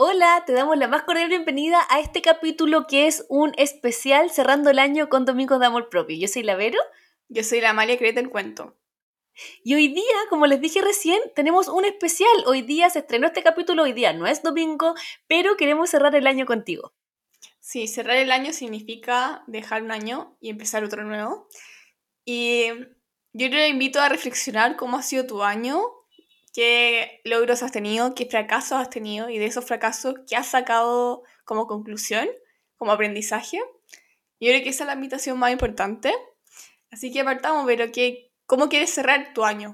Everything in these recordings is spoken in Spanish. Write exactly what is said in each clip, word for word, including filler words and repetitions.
Hola, te damos la más cordial bienvenida a este capítulo que es un especial cerrando el año con Domingos de Amor Propio. Yo soy la Vero. Yo soy la Amalia Creta el cuento. Y hoy día, como les dije recién, tenemos un especial. Hoy día se estrenó este capítulo, hoy día no es domingo, pero queremos cerrar el año contigo. Sí, cerrar el año significa dejar un año y empezar otro nuevo. Y yo te invito a reflexionar cómo ha sido tu año, qué logros has tenido, qué fracasos has tenido y de esos fracasos, qué has sacado como conclusión, como aprendizaje. Yo creo que esa es la invitación más importante. Así que partamos, pero ¿qué, ¿cómo quieres cerrar tu año?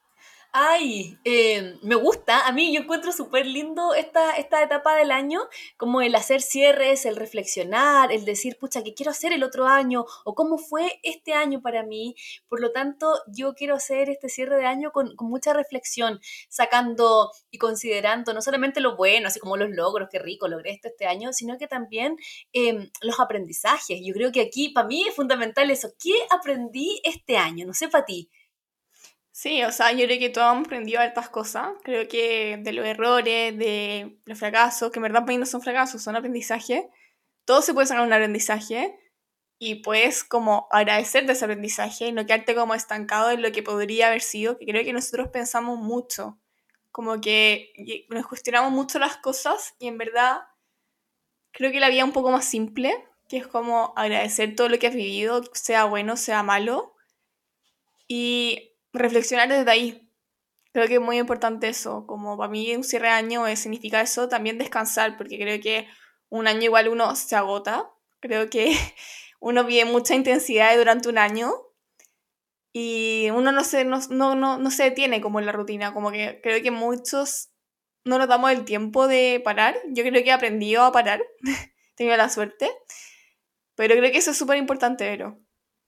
Ay, eh, me gusta, a mí yo encuentro súper lindo esta, esta etapa del año, como el hacer cierres, el reflexionar, el decir, pucha, ¿qué quiero hacer el otro año? O cómo fue este año para mí. Por lo tanto, yo quiero hacer este cierre de año con, con mucha reflexión, sacando y considerando no solamente lo bueno, así como los logros, qué rico, logré esto este año, sino que también eh, los aprendizajes. Yo creo que aquí para mí es fundamental eso, ¿qué aprendí este año? No sé para ti. Sí, o sea, yo creo que todos hemos aprendido hartas cosas. Creo que de los errores, de los fracasos, que en verdad para mí no son fracasos, son aprendizaje. Todo se puede sacar un aprendizaje y puedes como agradecer de ese aprendizaje y no quedarte como estancado en lo que podría haber sido, que creo que nosotros pensamos mucho. Como que y- nos cuestionamos mucho las cosas y en verdad creo que la vida es un poco más simple, que es como agradecer todo lo que has vivido, sea bueno, sea malo, y reflexionar desde ahí. Creo que es muy importante eso, como para mí un cierre de año eh, significa eso, también descansar, porque creo que un año igual uno se agota, creo que uno vive mucha intensidad durante un año y uno no se, no, no, no, no se detiene como en la rutina, como que creo que muchos no nos damos el tiempo de parar, yo creo que he aprendido a parar, he tenido la suerte, pero creo que eso es súper importante, Vero.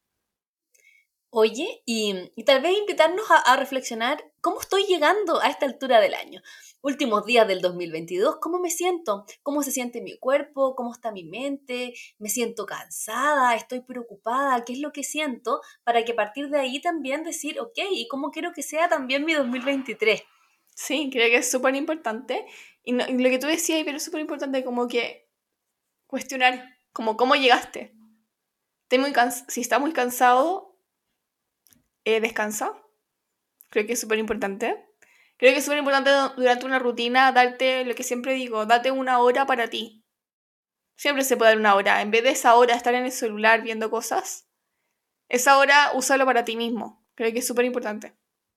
Oye, y, y tal vez invitarnos a, a reflexionar cómo estoy llegando a esta altura del año. Últimos días del dos mil veintidós, ¿cómo me siento? ¿Cómo se siente mi cuerpo? ¿Cómo está mi mente? ¿Me siento cansada? ¿Estoy preocupada? ¿Qué es lo que siento? Para que a partir de ahí también decir, ok, ¿y cómo quiero que sea también mi dos mil veintitrés? Sí, creo que es súper importante. Y, no- y lo que tú decías, pero es súper importante como que cuestionar, como cómo llegaste. Estoy muy cans- si estás muy cansado, eh, descansa. Creo que es súper importante. Creo que es súper importante du- durante una rutina darte lo que siempre digo, date una hora para ti. Siempre se puede dar una hora. En vez de esa hora estar en el celular viendo cosas, esa hora úsalo para ti mismo. Creo que es súper importante.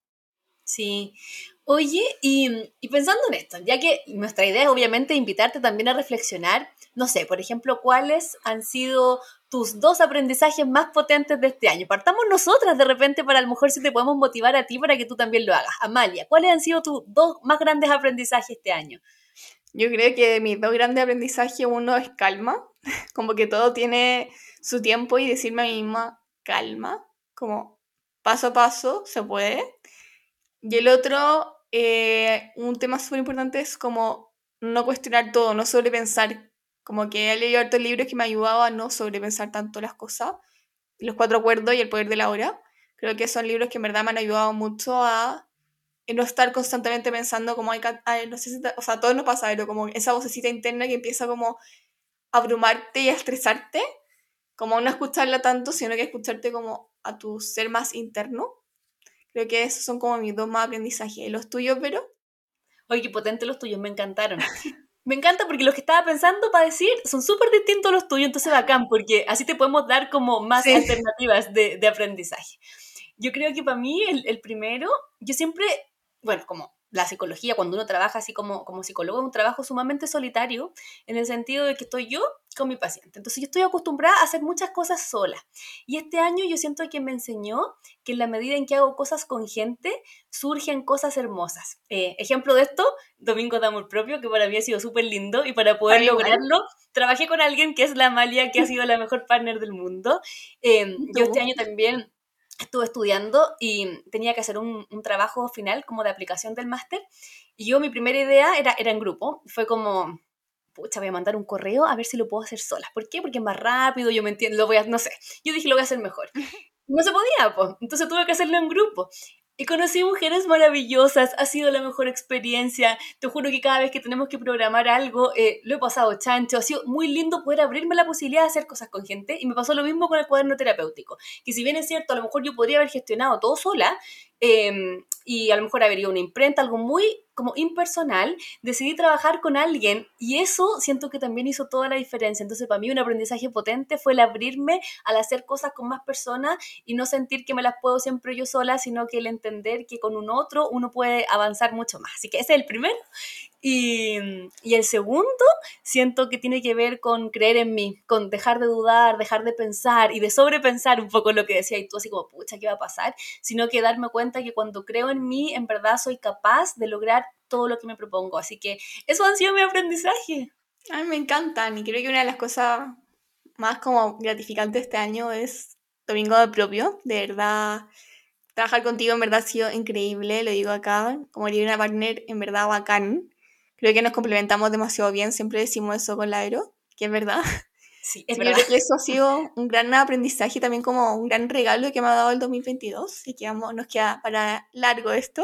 Sí. Oye, y, y pensando en esto, ya que nuestra idea es obviamente invitarte también a reflexionar, no sé, por ejemplo, ¿cuáles han sido tus dos aprendizajes más potentes de este año? Partamos nosotras de repente para a lo mejor si te podemos motivar a ti para que tú también lo hagas. Amalia, ¿cuáles han sido tus dos más grandes aprendizajes este año? Yo creo que mis dos grandes aprendizajes, uno es calma, como que todo tiene su tiempo y decirme a mí misma, calma, como paso a paso se puede. Y el otro, eh, un tema súper importante es como no cuestionar todo, no sobrepensar. Como que he leído hartos libros que me han ayudado a no sobrepensar tanto las cosas. Los cuatro acuerdos y el poder de la hora. Creo que son libros que en verdad me han ayudado mucho a no estar constantemente pensando como hay, ca- ay, no sé si te- o sea, todo nos pasa, pero como esa vocecita interna que empieza como a abrumarte y a estresarte, como no escucharla tanto, sino que escucharte como a tu ser más interno. Creo que esos son como mis dos más aprendizajes. ¿Y los tuyos, pero? Oye, qué potentes los tuyos, me encantaron. Me encanta porque los que estaba pensando para decir son súper distintos a los tuyos, entonces bacán, porque así te podemos dar como más Sí. alternativas de, de aprendizaje. Yo creo que para mí el, el primero, yo siempre, bueno, como la psicología, cuando uno trabaja así como, como psicólogo, es un trabajo sumamente solitario, en el sentido de que estoy yo con mi paciente. Entonces yo estoy acostumbrada a hacer muchas cosas sola. Y este año yo siento que me enseñó que en la medida en que hago cosas con gente, surgen cosas hermosas. Eh, ejemplo de esto, Domingo de Amor Propio, que para mí ha sido súper lindo y para Para poder mí igual. lograrlo, trabajé con alguien que es la Amalia, que ha sido la mejor partner del mundo. Eh, ¿Y yo este tú? año también estuve estudiando y tenía que hacer un, un trabajo final como de aplicación del máster y yo mi primera idea era, era en grupo, fue como, pucha, voy a mandar un correo a ver si lo puedo hacer sola. ¿Por qué? Porque es más rápido, yo me entiendo, lo voy a, no sé, yo dije lo voy a hacer mejor. No se podía, pues, entonces tuve que hacerlo en grupo. Y conocí mujeres maravillosas, ha sido la mejor experiencia. Te juro que cada vez que tenemos que programar algo, eh, lo he pasado chancho. Ha sido muy lindo poder abrirme la posibilidad de hacer cosas con gente. Y me pasó lo mismo con el cuaderno terapéutico. Que si bien es cierto, a lo mejor yo podría haber gestionado todo sola, eh, y a lo mejor haber ido a una imprenta, algo muy como impersonal, decidí trabajar con alguien y eso siento que también hizo toda la diferencia. Entonces, para mí un aprendizaje potente fue el abrirme al hacer cosas con más personas y no sentir que me las puedo siempre yo sola, sino que el entender que con un otro uno puede avanzar mucho más. Así que ese es el primero. Y, y el segundo, siento que tiene que ver con creer en mí, con dejar de dudar, dejar de pensar y de sobrepensar un poco lo que decías tú, así como, pucha, ¿qué va a pasar? Sino que darme cuenta que cuando creo en mí, en verdad soy capaz de lograr todo lo que me propongo. Así que eso han sido mi aprendizaje. A mí me encantan y creo que una de las cosas más como gratificantes este año es Domingo de Propio. De verdad, trabajar contigo en verdad ha sido increíble, lo digo acá, como eres una partner en verdad bacán. Creo que nos complementamos demasiado bien, siempre decimos eso con la Aero, que es verdad. Sí, es Así que yo verdad. creo que eso ha sido un gran aprendizaje, también como un gran regalo que me ha dado el dos mil veintidós y que vamos, nos queda para largo esto.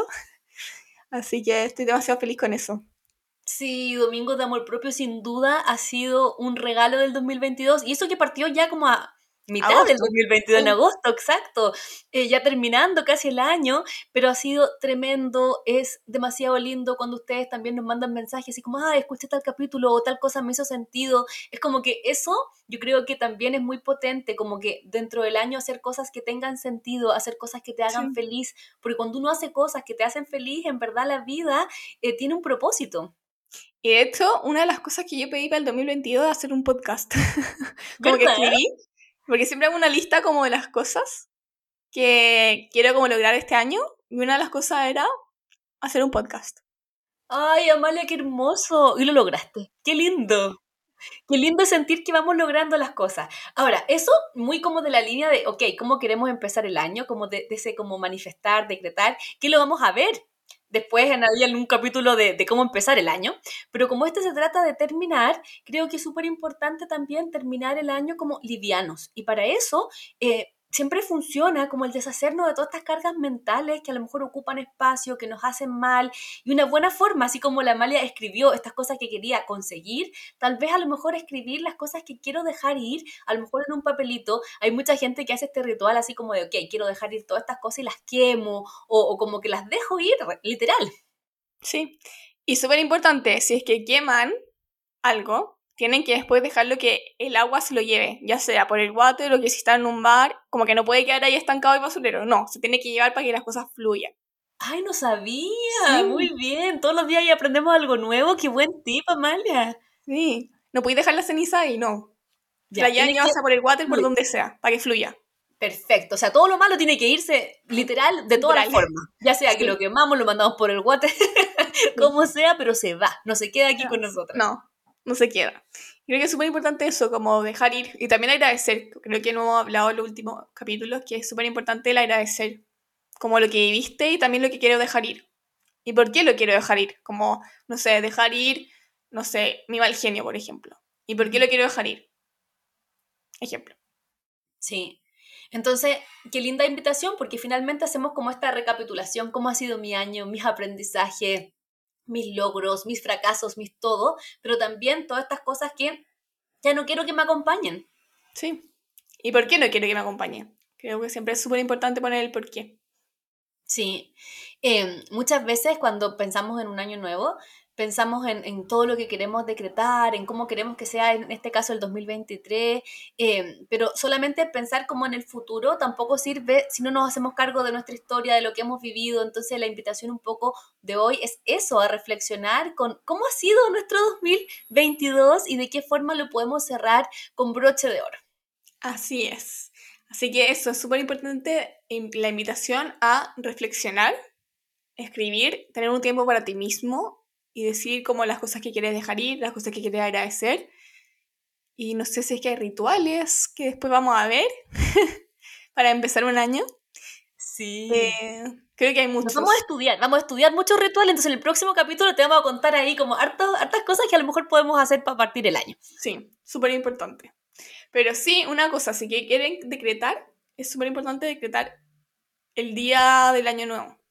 Así que estoy demasiado feliz con eso. Sí, Domingo de Amor Propio sin duda ha sido un regalo del dos mil veintidós y eso que partió ya como a mitad del Agosto. dos mil veintidós, en Sí. agosto, exacto, eh, ya terminando casi el año, pero ha sido tremendo, es demasiado lindo cuando ustedes también nos mandan mensajes así como, ah, escuché tal capítulo o tal cosa me hizo sentido, es como que eso yo creo que también es muy potente, como que dentro del año hacer cosas que tengan sentido, hacer cosas que te hagan Sí. feliz, porque cuando uno hace cosas que te hacen feliz, en verdad la vida eh, tiene un propósito. Y de hecho, una de las cosas que yo pedí para el dos mil veintidós es hacer un podcast. Como que ¿Verdad? escribí, porque siempre hago una lista como de las cosas que quiero como lograr este año, y una de las cosas era hacer un podcast. Ay, Amalia, qué hermoso. Y lo lograste. Qué lindo. Qué lindo sentir que vamos logrando las cosas. Ahora, eso muy como de la línea de, ok, ¿cómo queremos empezar el año? Como de, de ese como manifestar, decretar, que lo vamos a ver después en, ahí en un capítulo de, de cómo empezar el año. Pero como este se trata de terminar, creo que es súper importante también terminar el año como livianos. Y para eso, eh, siempre funciona como el deshacernos de todas estas cargas mentales que a lo mejor ocupan espacio, que nos hacen mal. Y una buena forma, así como la Amalia escribió estas cosas que quería conseguir, tal vez a lo mejor escribir las cosas que quiero dejar ir, a lo mejor en un papelito. Hay mucha gente que hace este ritual así como de, ok, quiero dejar ir todas estas cosas y las quemo, o, o como que las dejo ir, literal. Sí. Y súper importante, si es que queman algo, tienen que después dejarlo que el agua se lo lleve, ya sea por el water o que si está en un bar, como que no puede quedar ahí estancado el basurero. No, se tiene que llevar para que las cosas fluyan. Ay, no sabía, muy Sí, bien, todos los días ahí aprendemos algo nuevo, qué buen tip, Amalia. sí. No podéis dejar la ceniza ahí, no. Se la Ya, llevan tiene ya que sea por el water, por fluir. donde sea, para que fluya. Perfecto, o sea, todo lo malo tiene que irse literal de todas las Literal. formas. Ya sea que lo Sí, quemamos, lo mandamos por el water, sí. como sea, pero se va, no se queda aquí No, con nosotras. no, no se queda. Creo que es súper importante eso, como dejar ir. Y también agradecer. Creo que no hemos hablado en los últimos capítulos, que es súper importante el agradecer. Como lo que viviste y también lo que quiero dejar ir. ¿Y por qué lo quiero dejar ir? Como, no sé, dejar ir, no sé, mi mal genio, por ejemplo. ¿Y por qué Ujú. lo quiero dejar ir? Ejemplo. Sí. Entonces, qué linda invitación, porque finalmente hacemos como esta recapitulación, cómo ha sido mi año, mis aprendizajes, mis logros, mis fracasos, mis todo, pero también todas estas cosas que ya no quiero que me acompañen. Sí. ¿Y por qué no quiero que me acompañe? Creo que siempre es súper importante poner el por qué. Sí, eh, muchas veces cuando pensamos en un año nuevo, pensamos en, en todo lo que queremos decretar, en cómo queremos que sea en este caso el dos mil veintitrés, eh, pero solamente pensar como en el futuro tampoco sirve si no nos hacemos cargo de nuestra historia, de lo que hemos vivido. Entonces la invitación un poco de hoy es eso, a reflexionar con cómo ha sido nuestro dos mil veintidós y de qué forma lo podemos cerrar con broche de oro. Así es. Así que eso es súper importante, in- la invitación a reflexionar, escribir, tener un tiempo para ti mismo y decir como las cosas que quieres dejar ir, las cosas que quieres agradecer. Y no sé si es que hay rituales que después vamos a ver para empezar un año. Sí. Eh, creo que hay Nos vamos a muchos. estudiar, vamos a estudiar muchos rituales, entonces en el próximo capítulo te vamos a contar ahí como hartas, hartas cosas que a lo mejor podemos hacer para partir el año. Sí, súper importante. Pero sí, una cosa, si que quieren decretar, es súper importante decretar el día del año nuevo.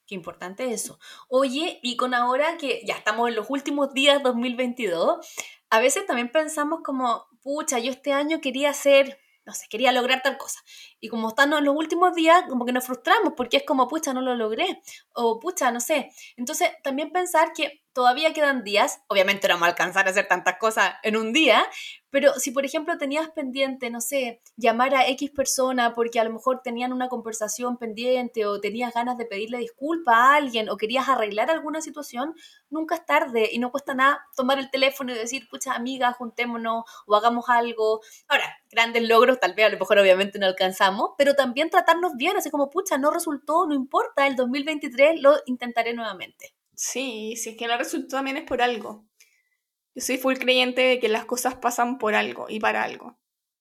Qué importante eso. Oye, y con ahora que ya estamos en los últimos días dos mil veintidós, a veces también pensamos como, pucha, yo este año quería hacer, no sé, quería lograr tal cosa. Y como están en los últimos días, como que nos frustramos porque es como, pucha, no lo logré. O pucha, no sé. Entonces, también pensar que todavía quedan días, obviamente no vamos a alcanzar a hacer tantas cosas en un día, pero si por ejemplo tenías pendiente, no sé, llamar a X persona porque a lo mejor tenían una conversación pendiente o tenías ganas de pedirle disculpa a alguien o querías arreglar alguna situación, nunca es tarde y no cuesta nada tomar el teléfono y decir, pucha, amiga, juntémonos o hagamos algo. Ahora, grandes logros, tal vez a lo mejor obviamente no alcanzamos, pero también tratarnos bien, así como, pucha, no resultó, no importa, el dos mil veintitrés lo intentaré nuevamente. Sí, si es que no resultó también es por algo. Yo soy full creyente de que las cosas pasan por algo y para algo.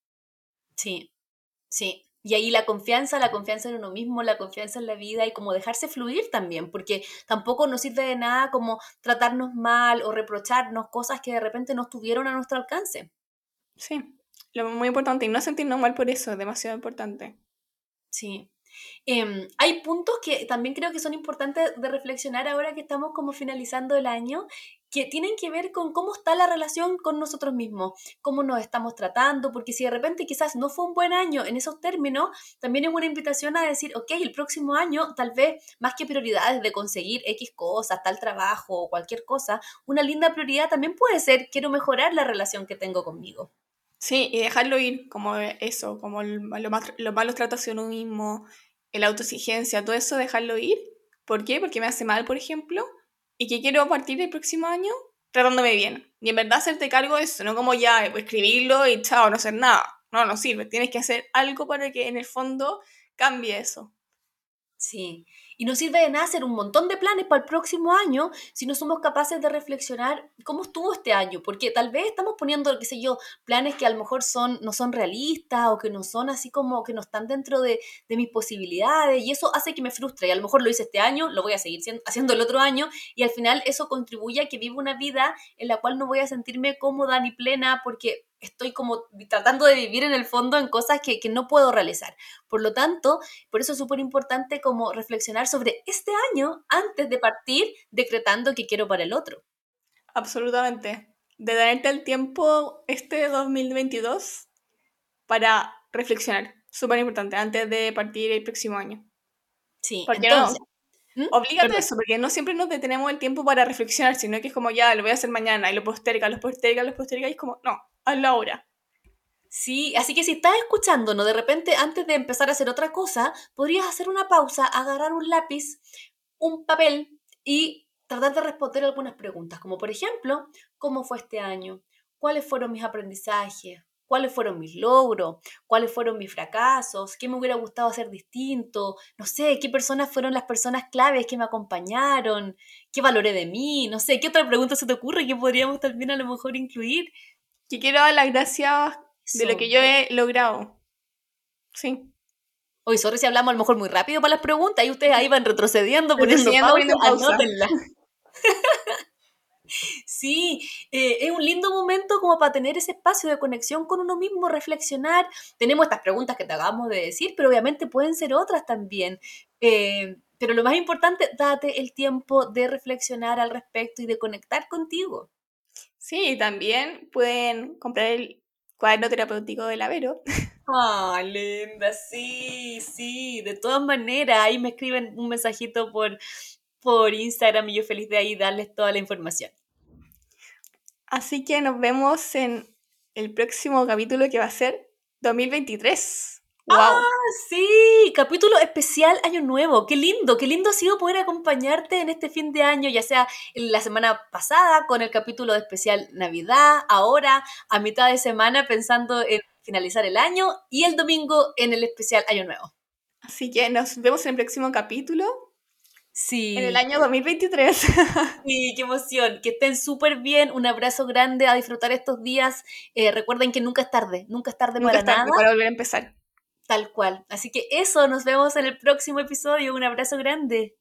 Sí, sí. Y ahí la confianza, la confianza en uno mismo, la confianza en la vida y como dejarse fluir también, porque tampoco nos sirve de nada como tratarnos mal o reprocharnos cosas que de repente no estuvieron a nuestro alcance. Sí, lo muy importante. Y no sentirnos mal por eso, es demasiado importante. Sí. Eh, hay puntos que también creo que son importantes de reflexionar ahora que estamos como finalizando el año, que tienen que ver con cómo está la relación con nosotros mismos, cómo nos estamos tratando, porque si de repente quizás no fue un buen año en esos términos, también es una invitación a decir, ok, el próximo año tal vez más que prioridades de conseguir X cosas, tal trabajo o cualquier cosa, una linda prioridad también puede ser, quiero mejorar la relación que tengo conmigo. Sí, y dejarlo ir, como eso, como el- lo más, los malos tratos hacia uno mismo, la autoexigencia, todo eso, dejarlo ir. ¿Por qué? Porque me hace mal, por ejemplo, y que quiero partir el próximo año tratándome bien. Y en verdad hacerte cargo de eso, no como ya eh, escribirlo y chao, no hacer nada. No, no sirve. Tienes que hacer algo para que en el fondo cambie eso. Sí, y no sirve de nada hacer un montón de planes para el próximo año si no somos capaces de reflexionar cómo estuvo este año, porque tal vez estamos poniendo, qué sé yo, planes que a lo mejor son, no son realistas o que no son así como que no están dentro de, de mis posibilidades y eso hace que me frustre y a lo mejor lo hice este año, lo voy a seguir siendo- haciendo el otro año y al final eso contribuye a que viva una vida en la cual no voy a sentirme cómoda ni plena porque estoy como tratando de vivir en el fondo en cosas que, que no puedo realizar. Por lo tanto, por eso es súper importante como reflexionar sobre este año antes de partir decretando qué quiero para el otro. Absolutamente. De tenerte el tiempo este dos mil veintidós para reflexionar. Súper importante, antes de partir el próximo año. Sí, Porque entonces, no, ¿Mm? oblígate a Perdón. eso, porque no siempre nos detenemos el tiempo para reflexionar, sino que es como ya, lo voy a hacer mañana, y lo posterga, lo posterga, lo posterga, y es como, no, hazlo ahora. Sí, así que si estás escuchándonos de repente antes de empezar a hacer otra cosa, podrías hacer una pausa, agarrar un lápiz, un papel y tratar de responder algunas preguntas, como por ejemplo, ¿cómo fue este año? ¿Cuáles fueron mis aprendizajes? ¿Cuáles fueron mis logros? ¿Cuáles fueron mis fracasos? ¿Qué me hubiera gustado hacer distinto? No sé, ¿qué personas fueron las personas claves que me acompañaron? ¿Qué valoré de mí? No sé, ¿qué otra pregunta se te ocurre que podríamos también a lo mejor incluir? Que quiero dar las gracias de lo que Eso. yo he logrado. Sí. Oye, sorry si hablamos a lo mejor muy rápido para las preguntas y ustedes ahí van retrocediendo, poniendo Retrocediendo, pausa, poniendo en pausa. anótenla. Sí, eh, es un lindo momento como para tener ese espacio de conexión con uno mismo, reflexionar. Tenemos estas preguntas que te acabamos de decir, pero obviamente pueden ser otras también. Eh, pero lo más importante, date el tiempo de reflexionar al respecto y de conectar contigo. Sí, también pueden comprar el cuaderno terapéutico de la Vero. Ah, linda, sí, sí, de todas maneras, ahí me escriben un mensajito por, por Instagram y yo feliz de ahí darles toda la información. Así que nos vemos en el próximo capítulo que va a ser dos mil veintitrés. ¡Wow! Sí, capítulo especial Año Nuevo. Qué lindo, qué lindo ha sido poder acompañarte en este fin de año, ya sea en la semana pasada con el capítulo de especial Navidad, ahora a mitad de semana pensando en finalizar el año y el domingo en el especial Año Nuevo. Así que nos vemos en el próximo capítulo en el Sí, año dos mil veintitrés. sí, qué emoción. Que estén súper bien. Un abrazo grande a disfrutar estos días. Eh, recuerden que nunca es tarde, nunca es tarde Nunca para es tarde nada, para volver a empezar. tal cual. Así que eso, nos vemos en el próximo episodio. Un abrazo grande.